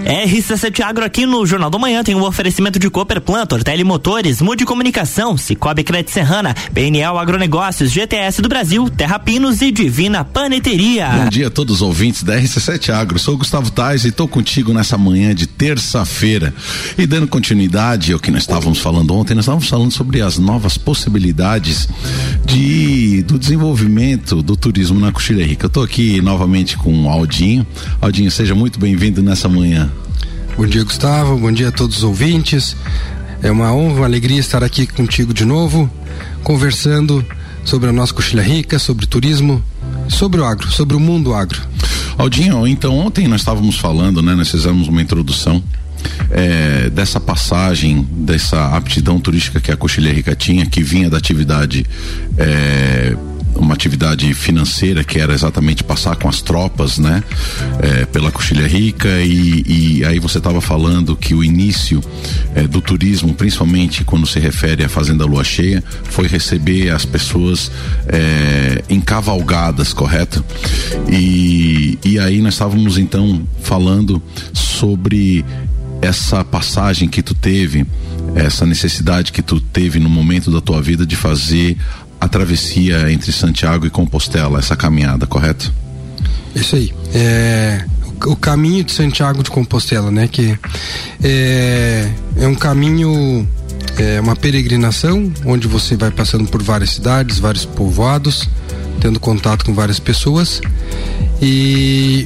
RC7 Agro aqui no Jornal da Manhã tem um oferecimento de Cooperplan, Tortelli Motores, Mude Comunicação, Cicobi Crédito Serrana, PNL Agronegócios, GTS do Brasil, Terra Pinos e Divina Paneteria. Bom dia a todos os ouvintes da RC7 Agro. Sou o Gustavo Tais e estou contigo nessa manhã de terça-feira. E dando continuidade ao que nós estávamos falando ontem, nós estávamos falando sobre as novas possibilidades do desenvolvimento do turismo na Coxilha Rica. Eu estou aqui novamente com o Aldinho. Aldinho, seja muito bem-vindo nessa manhã. Bom dia, Gustavo, bom dia a todos os ouvintes. É uma honra, uma alegria estar aqui contigo de novo, conversando sobre a nossa Coxilha Rica, sobre turismo, sobre o agro, sobre o mundo agro. Aldinho, então ontem nós estávamos falando, né? Nós fizemos uma introdução dessa passagem, dessa aptidão turística que a Coxilha Rica tinha, que vinha da atividade uma atividade financeira, que era exatamente passar com as tropas, né? Pela Coxilha Rica, e aí você estava falando que o início do turismo, principalmente quando se refere à Fazenda Lua Cheia, foi receber as pessoas em cavalgadas, correto? E aí nós estávamos então falando sobre essa passagem que tu teve, essa necessidade que tu teve no momento da tua vida de fazer a travessia entre Santiago e Compostela, essa caminhada, correto? Isso aí, o caminho de Santiago de Compostela, né, que é um caminho, uma peregrinação, onde você vai passando por várias cidades, vários povoados, tendo contato com várias pessoas, e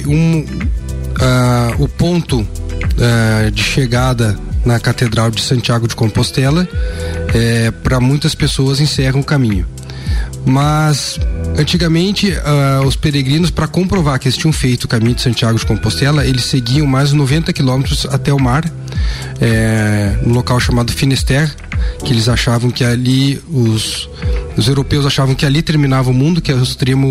o ponto de chegada na Catedral de Santiago de Compostela, para muitas pessoas encerra o caminho. Mas antigamente os peregrinos, para comprovar que eles tinham feito o caminho de Santiago de Compostela, eles seguiam mais 90 quilômetros até o mar, num local chamado Finisterre, que eles achavam que ali, os europeus achavam que ali terminava o mundo, que é o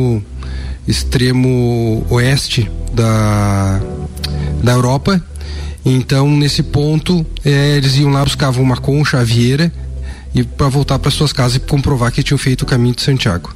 extremo oeste da Europa. Então, nesse ponto, eles iam lá, buscavam uma concha, a vieira, e para voltar para suas casas e comprovar que tinham feito o caminho de Santiago.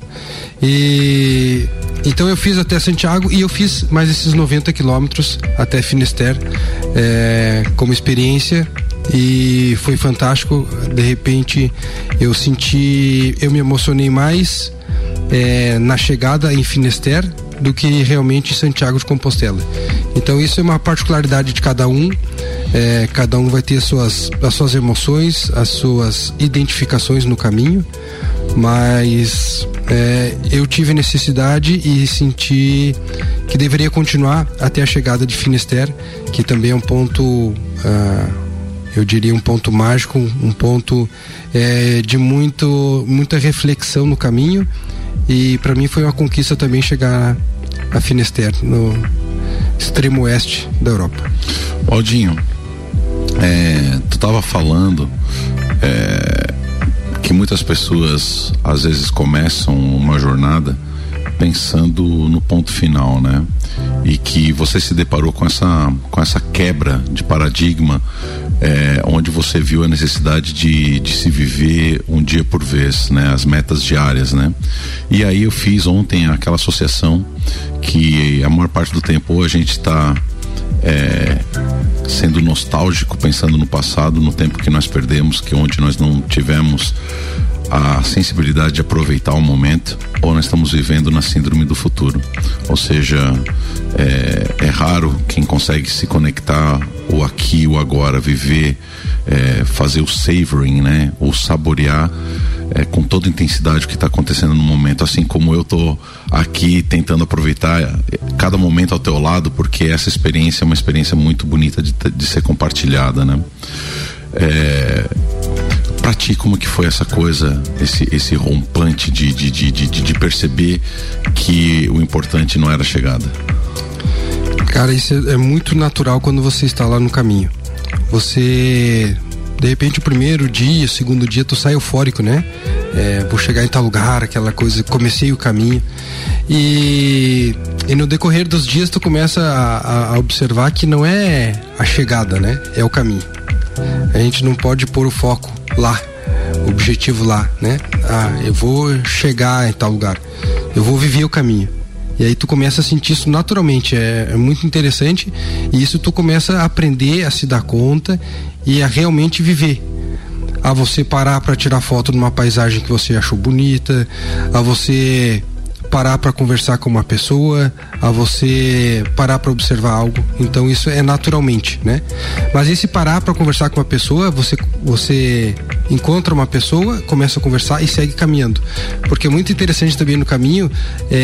Então eu fiz até Santiago e eu fiz mais esses 90 quilômetros até Finisterre como experiência, e foi fantástico. De repente eu me emocionei mais na chegada em Finisterre do que realmente em Santiago de Compostela. Então isso é uma particularidade de cada um. Cada um vai ter as suas emoções, as suas identificações no caminho, mas eu tive necessidade e senti que deveria continuar até a chegada de Finisterre, que também é um ponto, eu diria um ponto mágico, um ponto de muita reflexão no caminho, e para mim foi uma conquista também chegar a Finisterre, no extremo oeste da Europa. Aldinho, tu estava falando que muitas pessoas às vezes começam uma jornada pensando no ponto final, né? E que você se deparou com essa quebra de paradigma, onde você viu a necessidade de se viver um dia por vez, né? As metas diárias, né? E aí eu fiz ontem aquela associação que a maior parte do tempo ou a gente está sendo nostálgico, pensando no passado, no tempo que nós perdemos, que onde nós não tivemos a sensibilidade de aproveitar o momento, ou nós estamos vivendo na síndrome do futuro. Ou seja, é raro quem consegue se conectar o aqui, o agora, viver, fazer o savoring, né? Ou saborear com toda intensidade o que está acontecendo no momento, assim como eu tô aqui tentando aproveitar cada momento ao teu lado, porque essa experiência é uma experiência muito bonita de ser compartilhada, né? Pra ti, como que foi essa coisa, esse rompante de perceber que o importante não era a chegada? Cara, isso é muito natural quando você está lá no caminho. Você, de repente, o primeiro dia, o segundo dia, tu sai eufórico, né? Vou chegar em tal lugar, aquela coisa, comecei o caminho. E no decorrer dos dias tu começa a observar que não é a chegada, né? É o caminho. A gente não pode pôr o foco lá, o objetivo lá, né? Eu vou chegar em tal lugar, eu vou viver o caminho. E aí tu começa a sentir isso naturalmente, é muito interessante, e isso tu começa a aprender a se dar conta e a realmente viver. A você parar para tirar foto numa paisagem que você achou bonita, a você parar para conversar com uma pessoa, a você parar para observar algo. Então isso é naturalmente, né? Mas esse parar para conversar com uma pessoa, você encontra uma pessoa, começa a conversar e segue caminhando. Porque é muito interessante também no caminho,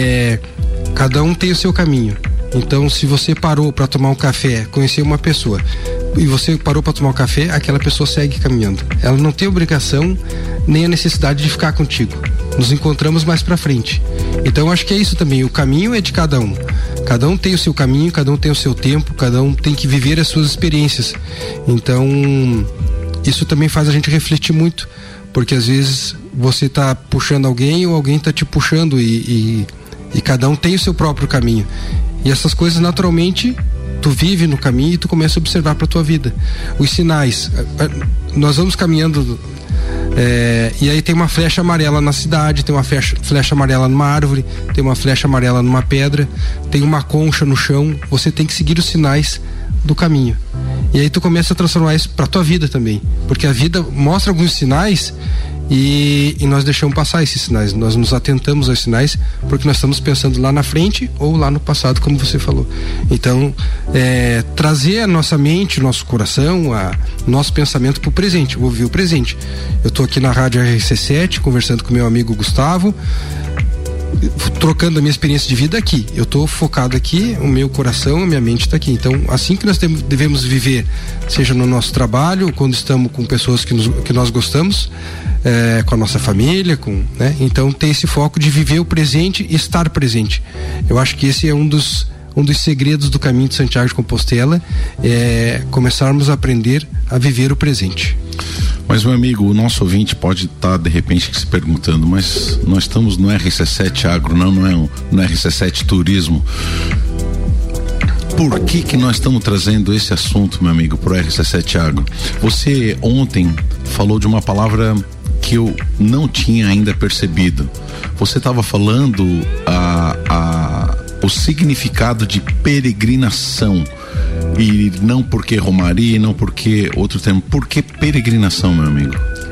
cada um tem o seu caminho. Então, se você parou para tomar um café, conhecer uma pessoa, e você parou para tomar um café, aquela pessoa segue caminhando. Ela não tem obrigação nem a necessidade de ficar contigo. Nos encontramos mais para frente. Então, acho que é isso também. O caminho é de cada um. Cada um tem o seu caminho, cada um tem o seu tempo, cada um tem que viver as suas experiências. Então, isso também faz a gente refletir muito, porque às vezes você tá puxando alguém ou alguém tá te puxando e cada um tem o seu próprio caminho. E essas coisas naturalmente tu vive no caminho e tu começa a observar para tua vida. Os sinais, nós vamos caminhando e aí tem uma flecha amarela na cidade, tem uma flecha amarela numa árvore, tem uma flecha amarela numa pedra, tem uma concha no chão. Você tem que seguir os sinais do caminho. E aí tu começa a transformar isso para tua vida também, porque a vida mostra alguns sinais e nós deixamos passar esses sinais, nós nos atentamos aos sinais porque nós estamos pensando lá na frente ou lá no passado, como você falou. Então, trazer a nossa mente, o nosso coração, nosso pensamento para o presente. Vou viver o presente. Eu estou aqui na Rádio RC7 conversando com meu amigo Gustavo, trocando a minha experiência de vida aqui. Eu estou focado aqui, o meu coração, a minha mente está aqui. Então, assim que nós devemos viver, seja no nosso trabalho, quando estamos com pessoas que nós gostamos, com a nossa família, né? Então, tem esse foco de viver o presente e estar presente. Eu acho que esse é um dos segredos do caminho de Santiago de Compostela, começarmos a aprender a viver o presente. Mas, meu amigo, o nosso ouvinte pode estar de repente se perguntando, mas nós estamos no RC7 Agro, não é no RC7 Turismo. Por que nós estamos trazendo esse assunto, meu amigo, pro RC7 Agro? Você ontem falou de uma palavra que eu não tinha ainda percebido. Você estava falando o significado de peregrinação. E não porque romaria, não porque outro termo. Por que peregrinação, meu amigo?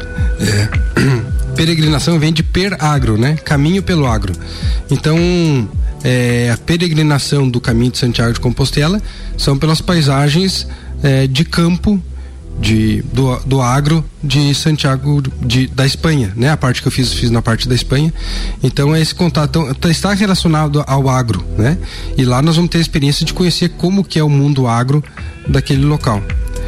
Peregrinação vem de per agro, né? Caminho pelo agro. Então, a peregrinação do caminho de Santiago de Compostela são pelas paisagens de campo do agro de Santiago da Espanha, né? A parte que eu fiz na parte da Espanha. Então esse contato está relacionado ao agro, né? E lá nós vamos ter a experiência de conhecer como que é o mundo agro daquele local.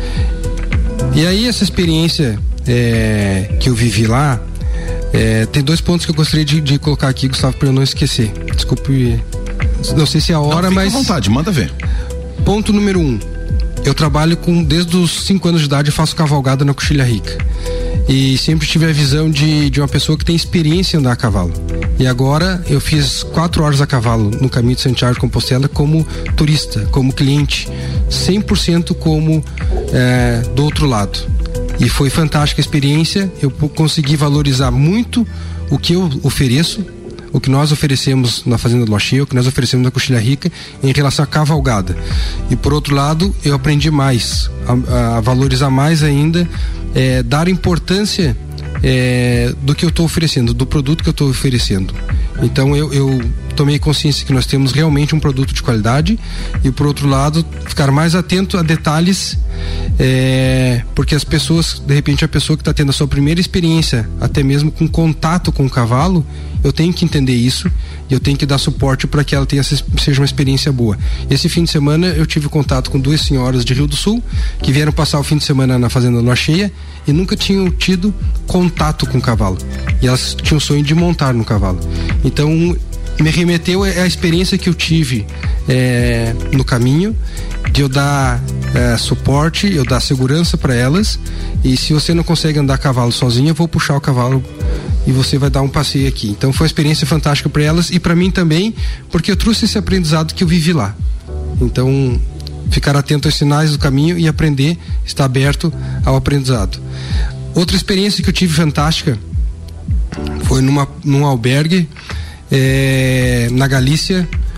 E aí essa experiência que eu vivi lá, tem 2 pontos que eu gostaria de colocar aqui, Gustavo, para eu não esquecer. Desculpe, não sei se é a hora, mas... Fica à vontade, manda ver. Ponto número 1. Eu trabalho desde os 5 anos de idade, eu faço cavalgada na Coxilha Rica. E sempre tive a visão de uma pessoa que tem experiência em andar a cavalo. E agora eu fiz 4 horas a cavalo no caminho de Santiago de Compostela como turista, como cliente, 100% como do outro lado. E foi fantástica a experiência, eu consegui valorizar muito o que eu ofereço, o que nós oferecemos na Fazenda do Locheia, o que nós oferecemos na Coxilha Rica em relação à cavalgada. E por outro lado, eu aprendi mais, a valorizar mais ainda, dar importância do que eu estou oferecendo, do produto que eu estou oferecendo. Então eu tomei consciência que nós temos realmente um produto de qualidade e, por outro lado, ficar mais atento a detalhes, porque as pessoas, de repente a pessoa que está tendo a sua primeira experiência, até mesmo com contato com o cavalo, eu tenho que entender isso e eu tenho que dar suporte para que ela seja uma experiência boa. Esse fim de semana eu tive contato com 2 senhoras de Rio do Sul que vieram passar o fim de semana na Fazenda Lua Cheia e nunca tinham tido contato com o cavalo, e elas tinham o sonho de montar no cavalo. Então me remeteu à experiência que eu tive no caminho, de eu dar suporte, eu dar segurança para elas. E se você não consegue andar a cavalo sozinha, eu vou puxar o cavalo e você vai dar um passeio aqui. Então foi uma experiência fantástica para elas e para mim também, porque eu trouxe esse aprendizado que eu vivi lá. Então, ficar atento aos sinais do caminho e aprender, estar aberto ao aprendizado. Outra experiência que eu tive fantástica foi num albergue na Galícia,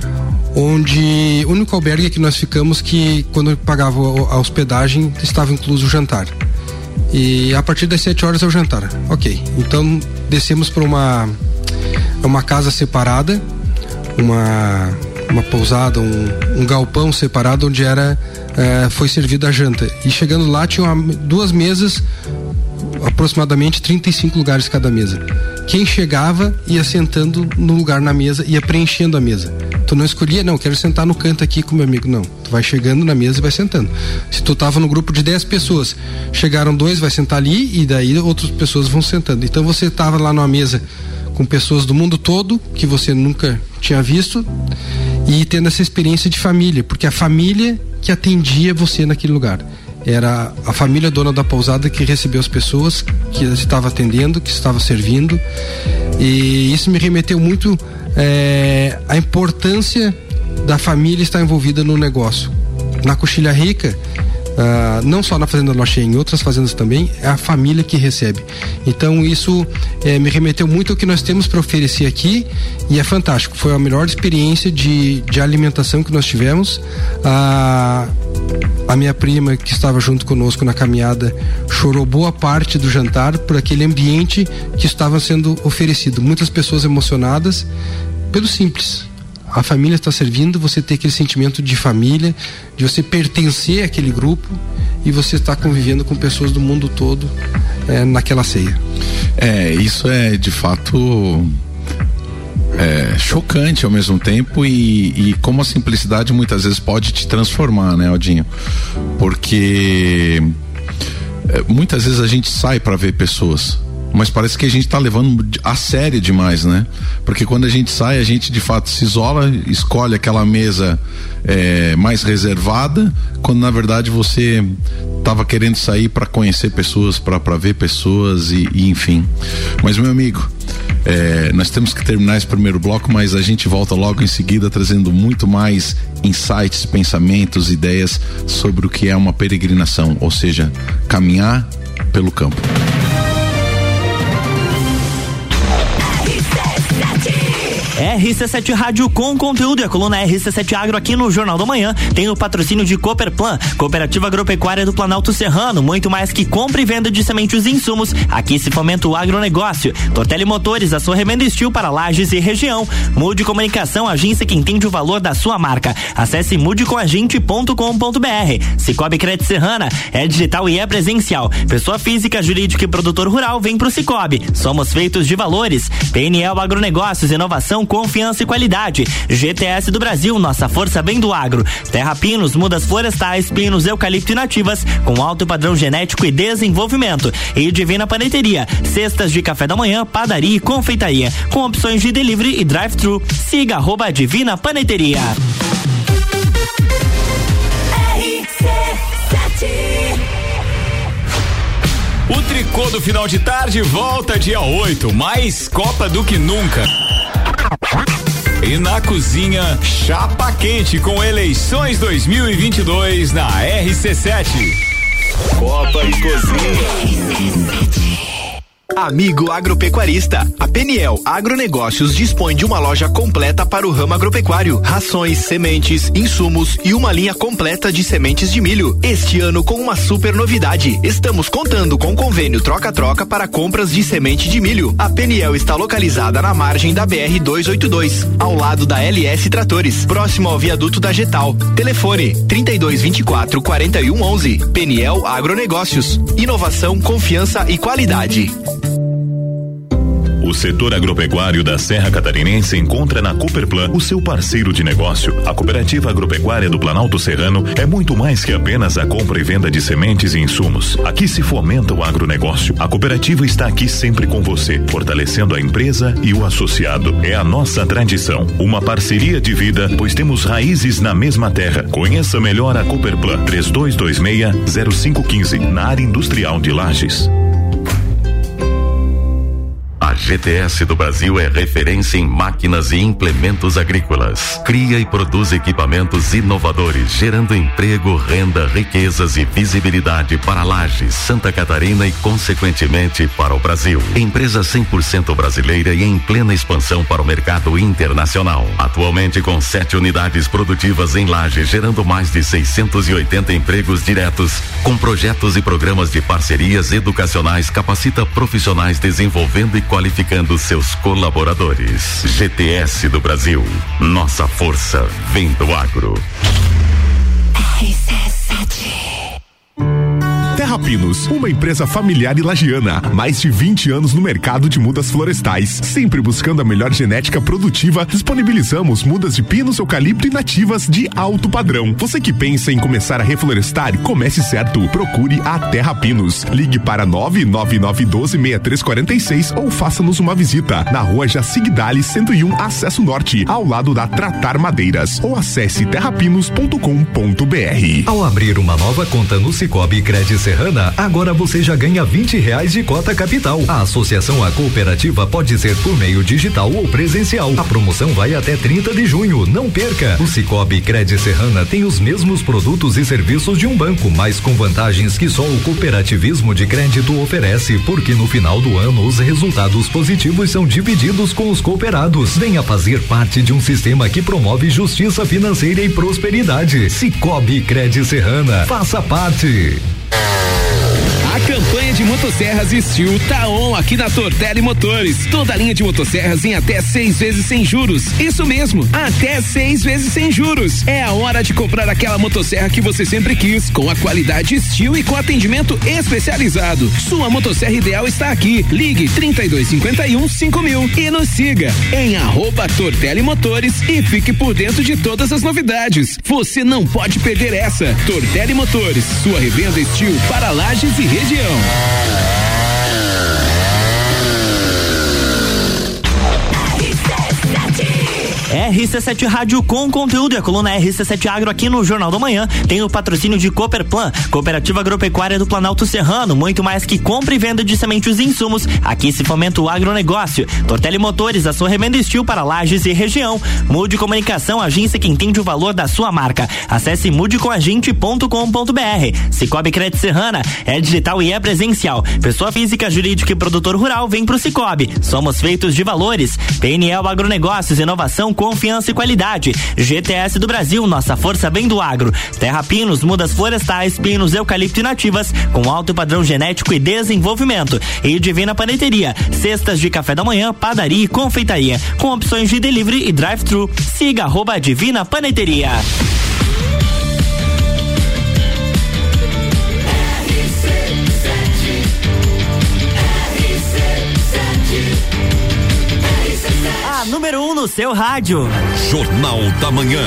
onde o único albergue que nós ficamos que quando eu pagava a hospedagem estava incluso o jantar. E a partir das 7 horas é o jantar. Ok, então descemos para uma casa separada, uma pousada, um galpão separado onde foi servida a janta. E chegando lá tinha 2 mesas, aproximadamente 35 lugares cada mesa. Quem chegava ia sentando no lugar na mesa, ia preenchendo a mesa. Tu não escolhia, não, quero sentar no canto aqui com meu amigo, não. Tu vai chegando na mesa e vai sentando. Se tu tava no grupo de 10 pessoas, chegaram 2, vai sentar ali e daí outras pessoas vão sentando. Então você tava lá numa mesa com pessoas do mundo todo, que você nunca tinha visto, e tendo essa experiência de família, porque a família que atendia você naquele lugar. Era a família dona da pousada que recebeu as pessoas, que estava atendendo, que estava servindo, e isso me remeteu muito à importância da família estar envolvida no negócio. Na Coxilha Rica, não só na Fazenda Loché, em outras fazendas também, é a família que recebe. Então isso me remeteu muito ao que nós temos para oferecer aqui, e é fantástico. Foi a melhor experiência de alimentação que nós tivemos. A minha prima, que estava junto conosco na caminhada, chorou boa parte do jantar por aquele ambiente que estava sendo oferecido. Muitas pessoas emocionadas pelo simples. A família está servindo, você ter aquele sentimento de família, de você pertencer àquele grupo e você está convivendo com pessoas do mundo todo naquela ceia. Isso é de fato chocante ao mesmo tempo e como a simplicidade muitas vezes pode te transformar, né, Aldinho? Porque muitas vezes a gente sai para ver pessoas, mas parece que a gente tá levando a sério demais, né? Porque quando a gente sai, a gente de fato se isola, escolhe aquela mesa mais reservada, quando na verdade você tava querendo sair para conhecer pessoas, para ver pessoas e enfim. Mas, meu amigo, nós temos que terminar esse primeiro bloco, mas a gente volta logo em seguida trazendo muito mais insights, pensamentos, ideias sobre o que é uma peregrinação, ou seja, caminhar pelo campo. RC7 Rádio com conteúdo e a coluna RC7 Agro aqui no Jornal da Manhã tem o patrocínio de Cooperplan, Cooperativa Agropecuária do Planalto Serrano, muito mais que compra e venda de sementes e insumos, aqui se fomenta o agronegócio. Tortelli Motores, a sua revenda Estil para Lages e região. Mude Comunicação, agência que entende o valor da sua marca. Acesse mudecomagente.com.br. Cicobi Crédito Serrana, é digital e é presencial. Pessoa física, jurídica e produtor rural vem pro Cicobi. Somos feitos de valores. PNL Agronegócios, inovação, confiança e qualidade. GTS do Brasil, nossa força vem do agro. Terra Pinos, mudas florestais, pinos, eucalipto e nativas, com alto padrão genético e desenvolvimento. E Divina Paneteria, cestas de café da manhã, padaria e confeitaria, com opções de delivery e drive-thru. Siga @Divina Paneteria. O tricô do final de tarde volta dia 8, mais Copa do que nunca. E na cozinha, chapa quente com eleições 2022 na RC7. Copa e cozinha. Amigo agropecuarista, a Peniel Agronegócios dispõe de uma loja completa para o ramo agropecuário, rações, sementes, insumos e uma linha completa de sementes de milho. Este ano com uma super novidade, estamos contando com convênio troca-troca para compras de semente de milho. A Peniel está localizada na margem da BR-282, ao lado da LS Tratores, próximo ao viaduto da Getal. Telefone 3224-4111. Peniel Agronegócios, inovação, confiança e qualidade. O setor agropecuário da Serra Catarinense encontra na Cooperplan o seu parceiro de negócio. A Cooperativa Agropecuária do Planalto Serrano é muito mais que apenas a compra e venda de sementes e insumos. Aqui se fomenta o agronegócio. A cooperativa está aqui sempre com você, fortalecendo a empresa e o associado. É a nossa tradição, uma parceria de vida, pois temos raízes na mesma terra. Conheça melhor a Cooperplan 3226-0515, na área industrial de Lages. GTS do Brasil é referência em máquinas e implementos agrícolas. Cria e produz equipamentos inovadores, gerando emprego, renda, riquezas e visibilidade para Lages, Santa Catarina e, consequentemente, para o Brasil. Empresa 100% brasileira e em plena expansão para o mercado internacional. Atualmente com 7 unidades produtivas em Lages, gerando mais de 680 empregos diretos, com projetos e programas de parcerias educacionais, capacita profissionais desenvolvendo e qualificando seus colaboradores. GTS do Brasil. Nossa força vem do agro. Terra Pinos, uma empresa familiar e lagiana, mais de 20 anos no mercado de mudas florestais, sempre buscando a melhor genética produtiva. Disponibilizamos mudas de pinos, eucalipto e nativas de alto padrão. Você que pensa em começar a reflorestar, comece certo. Procure a Terra Pinos. Ligue para 999126346 ou faça-nos uma visita na Rua Jaci Guidali 101, Acesso Norte, ao lado da Tratar Madeiras, ou acesse terrapinos.com.br. Ao abrir uma nova conta no Cicobi Cred Serrana, agora você já ganha R$20 de cota capital. A associação à cooperativa pode ser por meio digital ou presencial. A promoção vai até 30 de junho. Não perca! O Cicobi Cred Serrana tem os mesmos produtos e serviços de um banco, mas com vantagens que só o cooperativismo de crédito oferece, porque no final do ano os resultados positivos são divididos com os cooperados. Venha fazer parte de um sistema que promove justiça financeira e prosperidade. Cicobi Cred Serrana. Faça parte. A campanha de motosserras Steel tá on aqui na Tortelli Motores. Toda a linha de motosserras em até 6 vezes sem juros. Isso mesmo, até 6 vezes sem juros. É a hora de comprar aquela motosserra que você sempre quis, com a qualidade Steel e com atendimento especializado. Sua motosserra ideal está aqui. Ligue 3251-5000 e nos siga em @Tortelli Motores e fique por dentro de todas as novidades. Você não pode perder essa. Tortelli Motores, sua revenda Steel para Lages e região. RC7 Rádio com conteúdo e a coluna RC7 Agro aqui no Jornal da Manhã tem o patrocínio de Cooperplan, Cooperativa Agropecuária do Planalto Serrano, muito mais que compra e venda de sementes e insumos. Aqui se fomenta o agronegócio. Tortelli Motores, a sua revenda Steel para Lages e região. Mude Comunicação, agência que entende o valor da sua marca. Acesse mudecomagente.com.br. Cicobi Cred Serrana, é digital e é presencial. Pessoa física, jurídica e produtor rural, vem pro Cicobi. Somos feitos de valores. PNL Agronegócios, inovação, confiança e qualidade. GTS do Brasil, nossa força vem do agro. Terra Pinos, mudas florestais, pinos, eucalipto e nativas, com alto padrão genético e desenvolvimento. E Divina Paneteria, cestas de café da manhã, padaria e confeitaria, com opções de delivery e drive-thru. Siga @Divina Paneteria. Número 1 no seu rádio. Jornal da Manhã.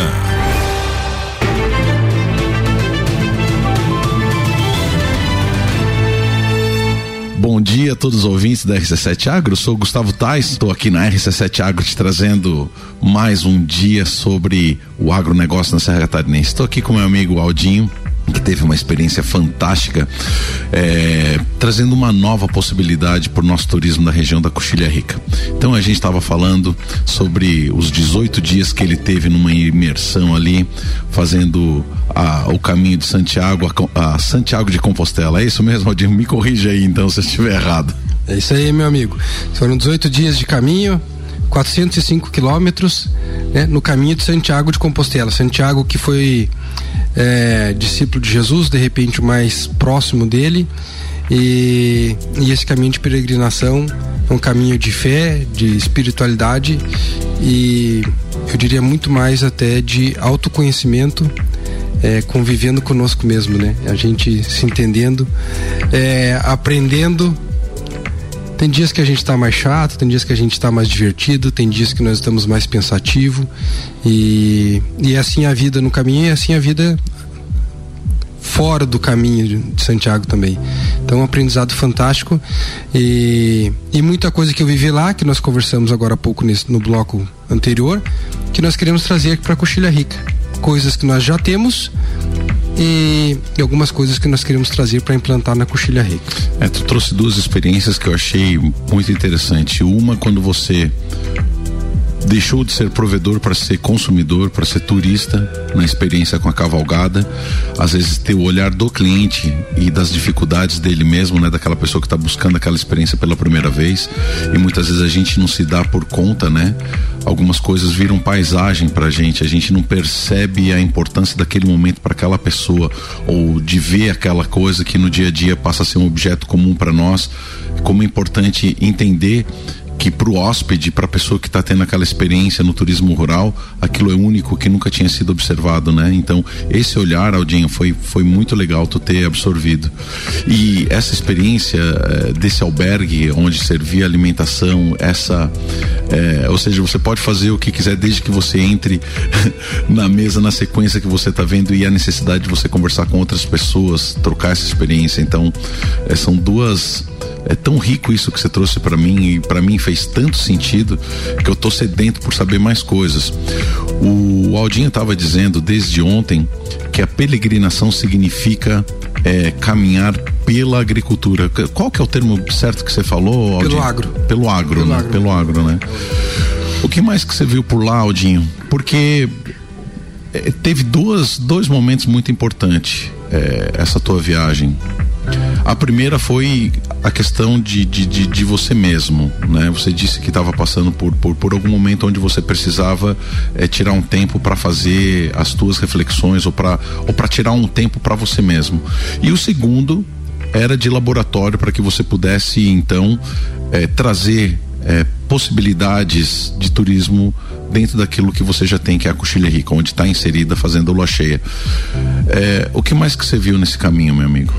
Bom dia a todos os ouvintes da RC7 Agro, eu sou o Gustavo Tais, estou aqui na RC7 Agro te trazendo mais um dia sobre o agronegócio na Serra Catarinense. Estou aqui com meu amigo Aldinho, que teve uma experiência fantástica, trazendo uma nova possibilidade para o nosso turismo da região da Coxilha Rica. Então a gente estava falando sobre os 18 dias que ele teve numa imersão ali, fazendo o caminho de Santiago a Santiago de Compostela. É isso mesmo, Aldinho? Me corrija aí então se eu estiver errado. É isso aí, meu amigo. Foram 18 dias de caminho, 405 quilômetros, né, no caminho de Santiago de Compostela. Santiago que foi discípulo de Jesus, de repente o mais próximo dele, e esse caminho de peregrinação é um caminho de fé, de espiritualidade e eu diria muito mais até de autoconhecimento, convivendo conosco mesmo, né? A gente se entendendo, aprendendo. Tem dias que a gente está mais chato, tem dias que a gente está mais divertido, tem dias que nós estamos mais pensativo e é assim a vida no caminho e é assim a vida fora do caminho de Santiago também. Então um aprendizado fantástico e muita coisa que eu vivi lá, que nós conversamos agora há pouco no bloco anterior, que nós queremos trazer aqui para Coxilha Rica. Coisas que nós já temos e algumas coisas que nós queremos trazer para implantar na Coxilha Rica. Tu trouxe duas experiências que eu achei muito interessante. Uma, quando você deixou de ser provedor para ser consumidor, para ser turista na experiência com a cavalgada, às vezes ter o olhar do cliente e das dificuldades dele mesmo, né, daquela pessoa que está buscando aquela experiência pela primeira vez, e muitas vezes a gente não se dá por conta, né? Algumas coisas viram paisagem pra gente, a gente não percebe a importância daquele momento para aquela pessoa, ou de ver aquela coisa que no dia a dia passa a ser um objeto comum para nós. Como é importante entender que pro hóspede, pra pessoa que está tendo aquela experiência no turismo rural, aquilo é único, que nunca tinha sido observado, né? Então, esse olhar, Aldinho, foi muito legal tu ter absorvido. E essa experiência desse albergue, onde servia alimentação, ou seja, você pode fazer o que quiser desde que você entre na mesa, na sequência que você está vendo, e a necessidade de você conversar com outras pessoas, trocar essa experiência. Então, são duas... É tão rico isso que você trouxe para mim, e para mim fez tanto sentido que eu tô sedento por saber mais coisas. O Aldinho estava dizendo desde ontem que a peregrinação significa caminhar pela agricultura. Qual que é o termo certo que você falou, Aldinho? Pelo agro, né? O que mais que você viu por lá, Aldinho? Porque teve dois momentos muito importantes essa tua viagem. A primeira foi a questão de você mesmo, né? Você disse que estava passando por algum momento onde você precisava tirar um tempo para fazer as tuas reflexões, ou para tirar um tempo para você mesmo. E o segundo era de laboratório, para que você pudesse então trazer possibilidades de turismo dentro daquilo que você já tem, que é a Coxilha Rica, onde está inserida fazendo lua cheia. O que mais que você viu nesse caminho, meu amigo?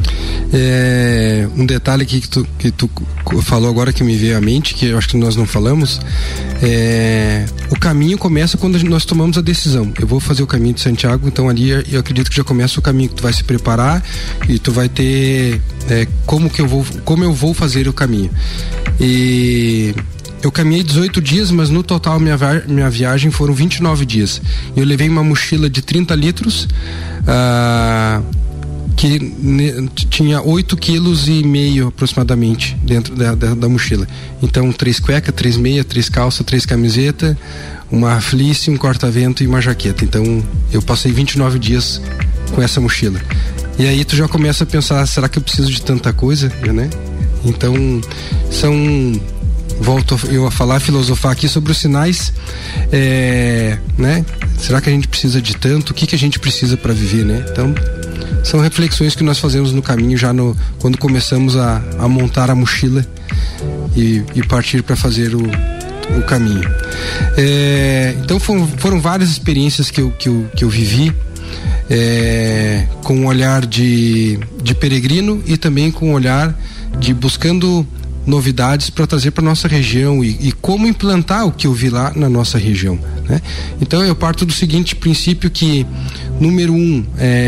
Um detalhe que tu falou agora que me veio à mente, que eu acho que nós não falamos, o caminho começa quando nós tomamos a decisão. Eu vou fazer o caminho de Santiago, então ali eu acredito que já começa o caminho, que tu vai se preparar e tu vai ter como eu vou fazer o caminho. E eu caminhei 18 dias, mas no total minha viagem foram 29 dias. Eu levei uma mochila de 30 litros, que tinha 8,5 kg aproximadamente dentro da mochila. Então 3 cuecas, 3 meias, 3 calças, 3 camisetas, uma fleece, um corta-vento e uma jaqueta. Então eu passei 29 dias com essa mochila. E aí tu já começa a pensar, será que eu preciso de tanta coisa, né? Então volto eu a falar, filosofar aqui sobre os sinais, né? Será que a gente precisa de tanto? O que a gente precisa para viver, né? Então são reflexões que nós fazemos no caminho, já quando começamos a montar a mochila e partir para fazer o caminho. Então foram várias experiências que eu vivi, com um olhar de peregrino, e também com um olhar de buscando novidades para trazer para nossa região e como implantar o que eu vi lá na nossa região, né? Então eu parto do seguinte princípio, que número 1,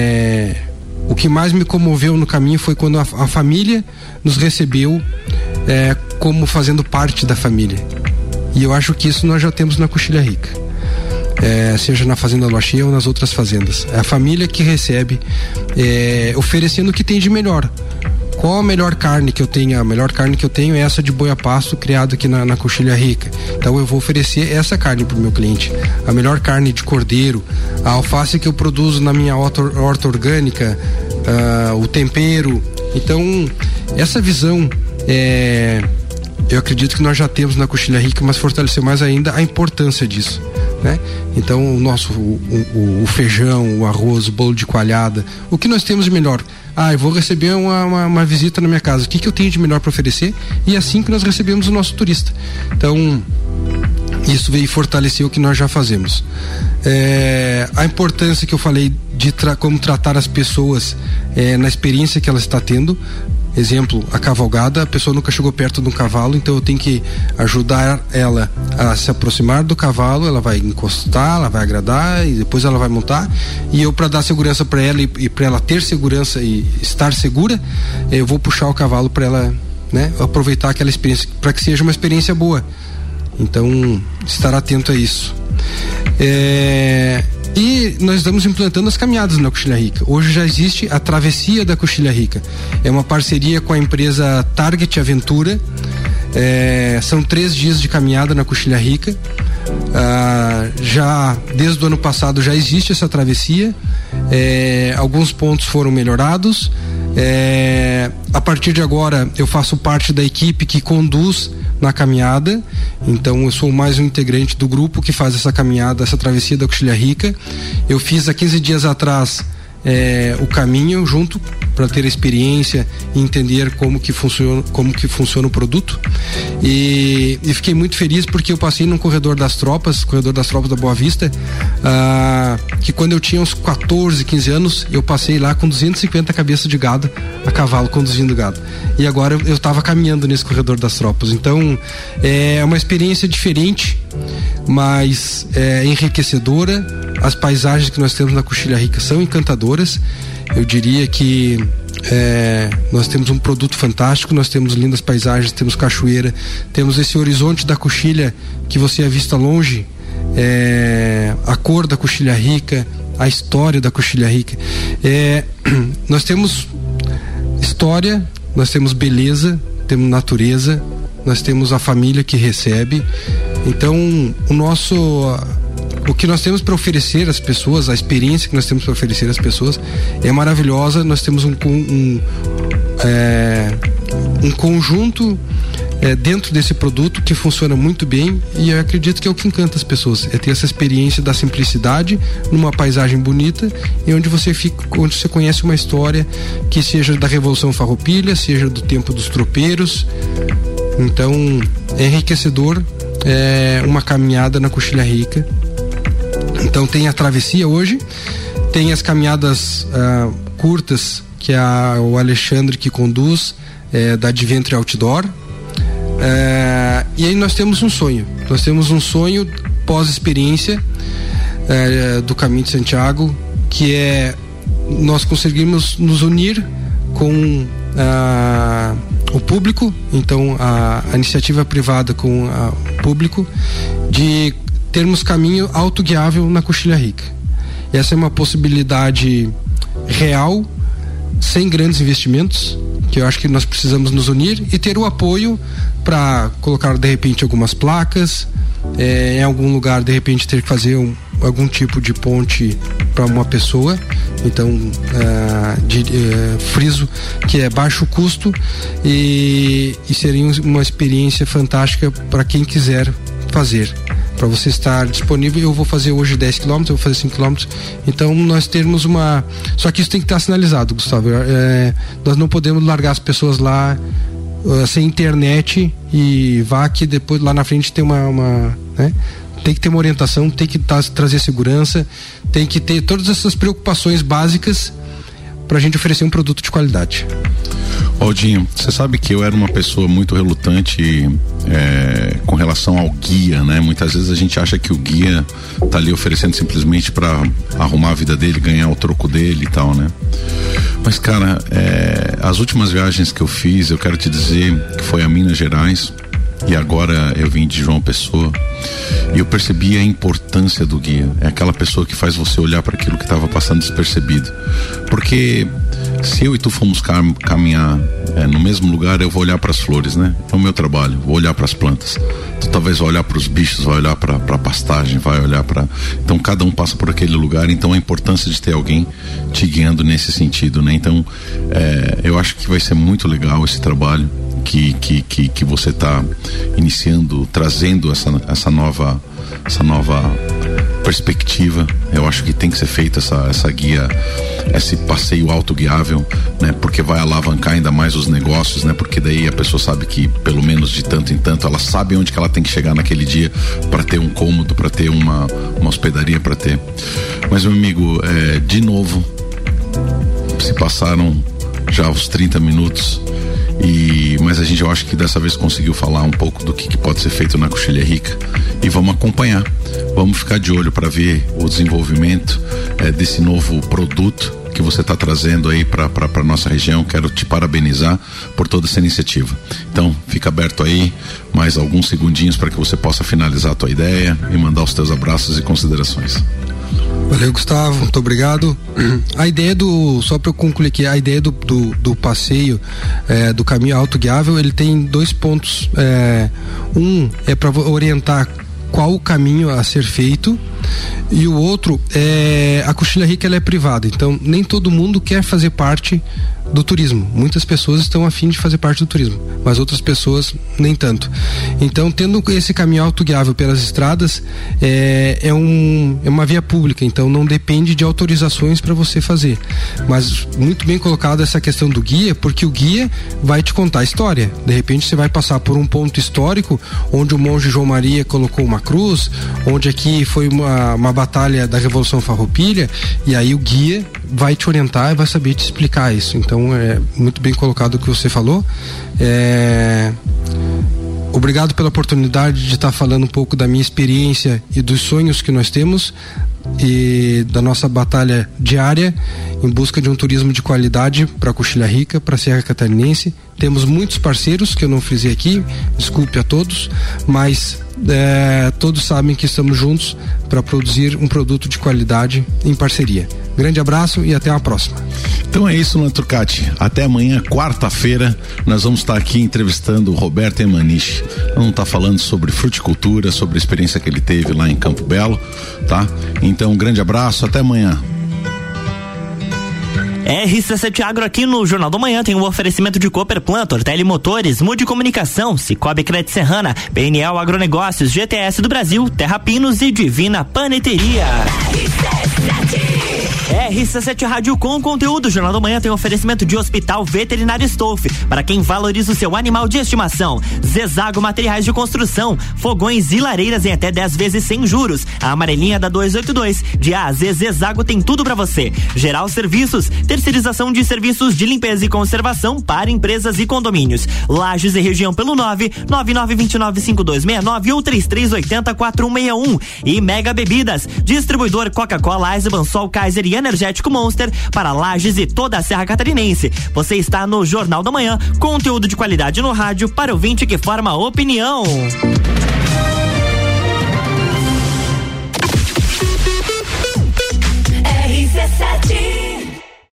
o que mais me comoveu no caminho foi quando a família nos recebeu como fazendo parte da família, e eu acho que isso nós já temos na Coxilha Rica, seja na Fazenda Lua Cheia ou nas outras fazendas. É a família que recebe, oferecendo o que tem de melhor. Qual a melhor carne que eu tenho? A melhor carne que eu tenho é essa de boi a pasto, criado aqui na Coxilha Rica. Então eu vou oferecer essa carne para o meu cliente. A melhor carne de cordeiro, a alface que eu produzo na minha horta orgânica, o tempero. Então essa visão, eu acredito que nós já temos na Coxilha Rica, mas fortaleceu mais ainda a importância disso, né? Então o feijão, o arroz, o bolo de coalhada, o que nós temos de melhor? Eu vou receber uma visita na minha casa, o que eu tenho de melhor para oferecer? E é assim que nós recebemos o nosso turista. Então isso veio fortalecer o que nós já fazemos. A importância que eu falei de como tratar as pessoas na experiência que ela está tendo. Exemplo, a cavalgada, a pessoa nunca chegou perto de um cavalo, então eu tenho que ajudar ela a se aproximar do cavalo. Ela vai encostar, ela vai agradar, e depois ela vai montar, e eu, para dar segurança para ela e para ela ter segurança e estar segura, eu vou puxar o cavalo para ela, né, aproveitar aquela experiência, para que seja uma experiência boa. Então estar atento a isso. E nós estamos implantando as caminhadas na Coxilha Rica. Hoje já existe a Travessia da Coxilha Rica. É uma parceria com a empresa Target Aventura. São 3 dias de caminhada na Coxilha Rica. Já desde o ano passado já existe essa travessia. Alguns pontos foram melhorados. A partir de agora eu faço parte da equipe que conduz na caminhada, então eu sou mais um integrante do grupo que faz essa caminhada, essa travessia da Coxilha Rica. Eu fiz há 15 dias atrás o caminho junto para ter a experiência e entender como que funciona o produto, e fiquei muito feliz porque eu passei num corredor das tropas da Boa Vista, que quando eu tinha uns 14, 15 anos eu passei lá com 250 cabeças de gado a cavalo conduzindo gado, e agora eu estava caminhando nesse corredor das tropas. Então é uma experiência diferente, mas enriquecedora. As paisagens que nós temos na Coxilha Rica são encantadoras. Eu diria que nós temos um produto fantástico, nós temos lindas paisagens, temos cachoeira, temos esse horizonte da Coxilha que você avista longe, a cor da Coxilha Rica, a história da Coxilha Rica. Nós temos história, nós temos beleza, temos natureza, nós temos a família que recebe. Então o que nós temos para oferecer às pessoas, a experiência que nós temos para oferecer às pessoas é maravilhosa. Nós temos um conjunto dentro desse produto que funciona muito bem, e eu acredito que é o que encanta as pessoas, é ter essa experiência da simplicidade numa paisagem bonita, e onde você conhece uma história que seja da Revolução Farroupilha, seja do tempo dos tropeiros. Então é enriquecedor uma caminhada na Coxilha Rica. Então tem a travessia hoje, tem as caminhadas curtas, que é o Alexandre que conduz, da Adventure Outdoor. E aí nós temos um sonho pós-experiência do Caminho de Santiago, que é nós conseguimos nos unir com o público, então a iniciativa privada com o público, de termos caminho autoguiável na Coxilha Rica. Essa é uma possibilidade real, sem grandes investimentos, que eu acho que nós precisamos nos unir e ter o apoio para colocar de repente algumas placas, em algum lugar de repente ter que fazer algum tipo de ponte para uma pessoa. Então friso que é baixo custo e seria uma experiência fantástica para quem quiser fazer. Para você estar disponível, eu vou fazer hoje 10 km, eu vou fazer 5 km. Então nós termos só que isso tem que estar sinalizado, Gustavo. Nós não podemos largar as pessoas lá sem internet e vá que depois lá na frente tem né? Tem que ter uma orientação, tem que trazer segurança, tem que ter todas essas preocupações básicas para a gente oferecer um produto de qualidade. Aldinho, você sabe que eu era uma pessoa muito relutante com relação ao guia, né? Muitas vezes a gente acha que o guia tá ali oferecendo simplesmente para arrumar a vida dele, ganhar o troco dele e tal, né? Mas, cara, as últimas viagens que eu fiz, eu quero te dizer que foi a Minas Gerais, e agora eu vim de João Pessoa, e eu percebi a importância do guia. É aquela pessoa que faz você olhar para aquilo que estava passando despercebido, porque se eu e tu fomos caminhar no mesmo lugar, eu vou olhar para as flores, né? É o meu trabalho, vou olhar para as plantas. Tu talvez vai olhar para os bichos, vai olhar para a pastagem, vai olhar para... Então cada um passa por aquele lugar, então a importância de ter alguém te guiando nesse sentido, né? Então eu acho que vai ser muito legal esse trabalho que você está iniciando, trazendo essa nova perspectiva. Eu acho que tem que ser feita essa guia, esse passeio autoguiável, né? Porque vai alavancar ainda mais os negócios, né? Porque daí a pessoa sabe que pelo menos de tanto em tanto ela sabe onde que ela tem que chegar naquele dia para ter um cômodo, para ter uma hospedaria, para ter. Mas, meu amigo, de novo, se passaram já os 30 minutos. Mas a gente, eu acho que dessa vez conseguiu falar um pouco do que pode ser feito na Coxilha Rica, e vamos acompanhar, vamos ficar de olho para ver o desenvolvimento desse novo produto que você está trazendo aí para nossa região. Quero te parabenizar por toda essa iniciativa. Então, fica aberto aí mais alguns segundinhos para que você possa finalizar a tua ideia e mandar os teus abraços e considerações. Valeu, Gustavo, muito obrigado. A ideia só para eu concluir aqui, a ideia do passeio do caminho autoguiável, ele tem 2 pontos. Um é para orientar qual o caminho a ser feito, e o outro é a Coxilha Rica, ela é privada, então nem todo mundo quer fazer parte do turismo. Muitas pessoas estão a fim de fazer parte do turismo, mas outras pessoas nem tanto. Então, tendo esse caminho autoguiável pelas estradas, é uma via pública, então não depende de autorizações para você fazer. Mas muito bem colocado essa questão do guia, porque o guia vai te contar a história. De repente você vai passar por um ponto histórico onde o monge João Maria colocou uma cruz, onde aqui foi uma batalha da Revolução Farroupilha, e aí o guia vai te orientar e vai saber te explicar isso. Então é muito bem colocado o que você falou. Obrigado pela oportunidade de estar falando um pouco da minha experiência e dos sonhos que nós temos e da nossa batalha diária em busca de um turismo de qualidade para a Coxilha Rica, para a Serra Catarinense. Temos muitos parceiros que eu não frisei aqui, desculpe a todos, mas todos sabem que estamos juntos para produzir um produto de qualidade em parceria. Grande abraço e até a próxima. Então é isso, Luan Turcati. Até amanhã, quarta-feira, nós vamos estar aqui entrevistando o Roberto Emaniche. Vamos estar falando sobre fruticultura, sobre a experiência que ele teve lá em Campo Belo, tá? Então, um grande abraço, até amanhã. RC7 Agro aqui no Jornal da Manhã tem um oferecimento de Cooperplan, Tortelli Motores, Mude Comunicação, Cicobi Crédito Serrana, PNL Agronegócios, GTS do Brasil, Terra Pinos e Divina Paneteria. RC7 Rádio com conteúdo. Jornal da Manhã tem um oferecimento de Hospital Veterinário Stolf, para quem valoriza o seu animal de estimação. Zezago Materiais de Construção, fogões e lareiras em até 10 vezes sem juros. A amarelinha da 282. De A a Z, Zezago tem tudo para você. Geral Serviços, terceirização de serviços de limpeza e conservação para empresas e condomínios. Lages e região pelo 999295269 ou 33804161. E Mega Bebidas, distribuidor Coca-Cola, Eisenbahn, Sol, Kaiser e Energético Monster para Lages e toda a Serra Catarinense. Você está no Jornal da Manhã, conteúdo de qualidade no rádio para ouvinte que forma opinião. RC7